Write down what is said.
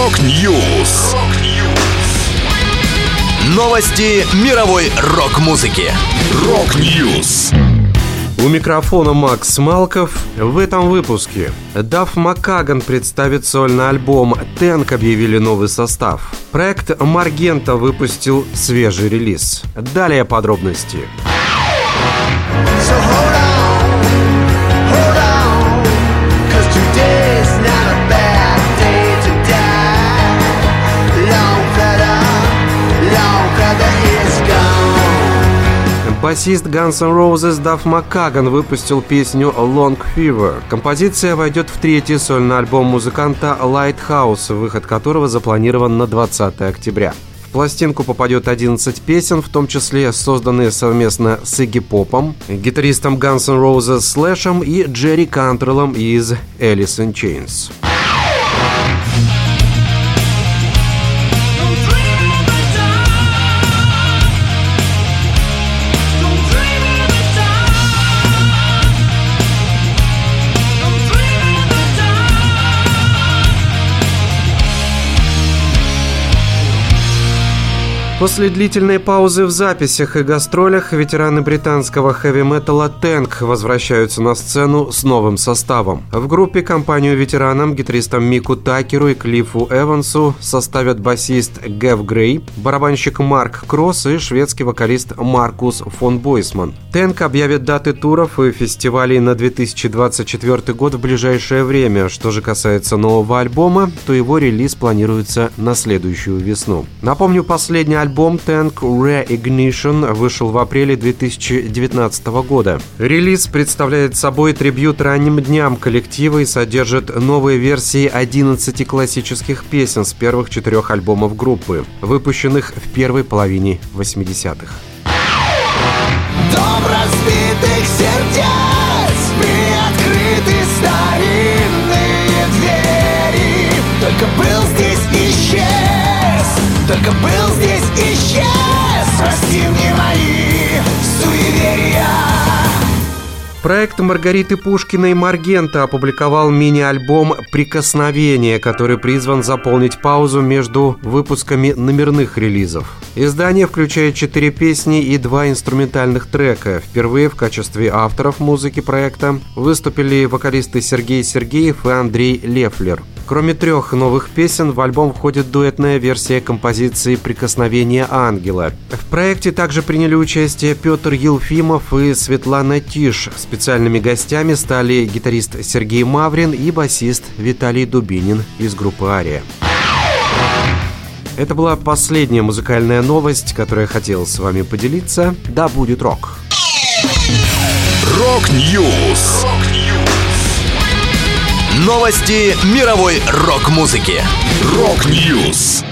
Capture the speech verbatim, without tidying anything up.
Рок-Ньюс. Новости мировой рок-музыки. Рок-Ньюс. У микрофона Макс Малков. В этом выпуске Duff McKagan представит сольный альбом, Tank объявили новый состав. Проект Маргента выпустил свежий релиз. Далее подробности. Басист Guns N' Roses Duff McKagan выпустил песню Long Fever. Композиция войдет в третий сольный альбом музыканта Lighthouse, выход которого запланирован на двадцатое октября. В пластинку попадет одиннадцать песен, в том числе созданные совместно с Игги Попом, гитаристом Guns N' Roses Слэшем и Джерри Кантреллом из Alice in Chains. После длительной паузы в записях и гастролях ветераны британского хэви-металла Tank возвращаются на сцену с новым составом. В группе компанию ветеранам, гитаристам Мику Такеру и Клиффу Эвансу составят басист Гэв Грей, барабанщик Марк Кросс и шведский вокалист Маркус фон Бойсман. Tank объявит даты туров и фестивалей на две тысячи двадцать четвёртый год в ближайшее время. Что же касается нового альбома, то его релиз планируется на следующую весну. Напомню, последний альбом Альбом Tank Re-Ignition вышел в апреле две тысячи девятнадцатого года. Релиз представляет собой трибьют ранним дням коллектива и содержит новые версии одиннадцати классических песен с первых четырех альбомов группы, выпущенных в первой половине восьмидесятых. Дом разбитых сердец, приоткрыты старинные двери. Только был здесь исчез, только был здесь исчез. Прости мне мои суеверия. Проект Маргариты Пушкиной Маргента опубликовал мини-альбом «Прикосновение», который призван заполнить паузу между выпусками номерных релизов. Издание включает четыре песни и два инструментальных трека. Впервые в качестве авторов музыки проекта выступили вокалисты Сергей Сергеев и Андрей Лефлер. Кроме трех новых песен, в альбом входит дуэтная версия композиции «Прикосновение ангела». В проекте также приняли участие Петр Елфимов и Светлана Тиш. Специальными гостями стали гитарист Сергей Маврин и басист Виталий Дубинин из группы «Ария». Это была последняя музыкальная новость, которую я хотел с вами поделиться. Да будет рок! Рок-Ньюс. Новости мировой рок-музыки. Рок-Ньюс.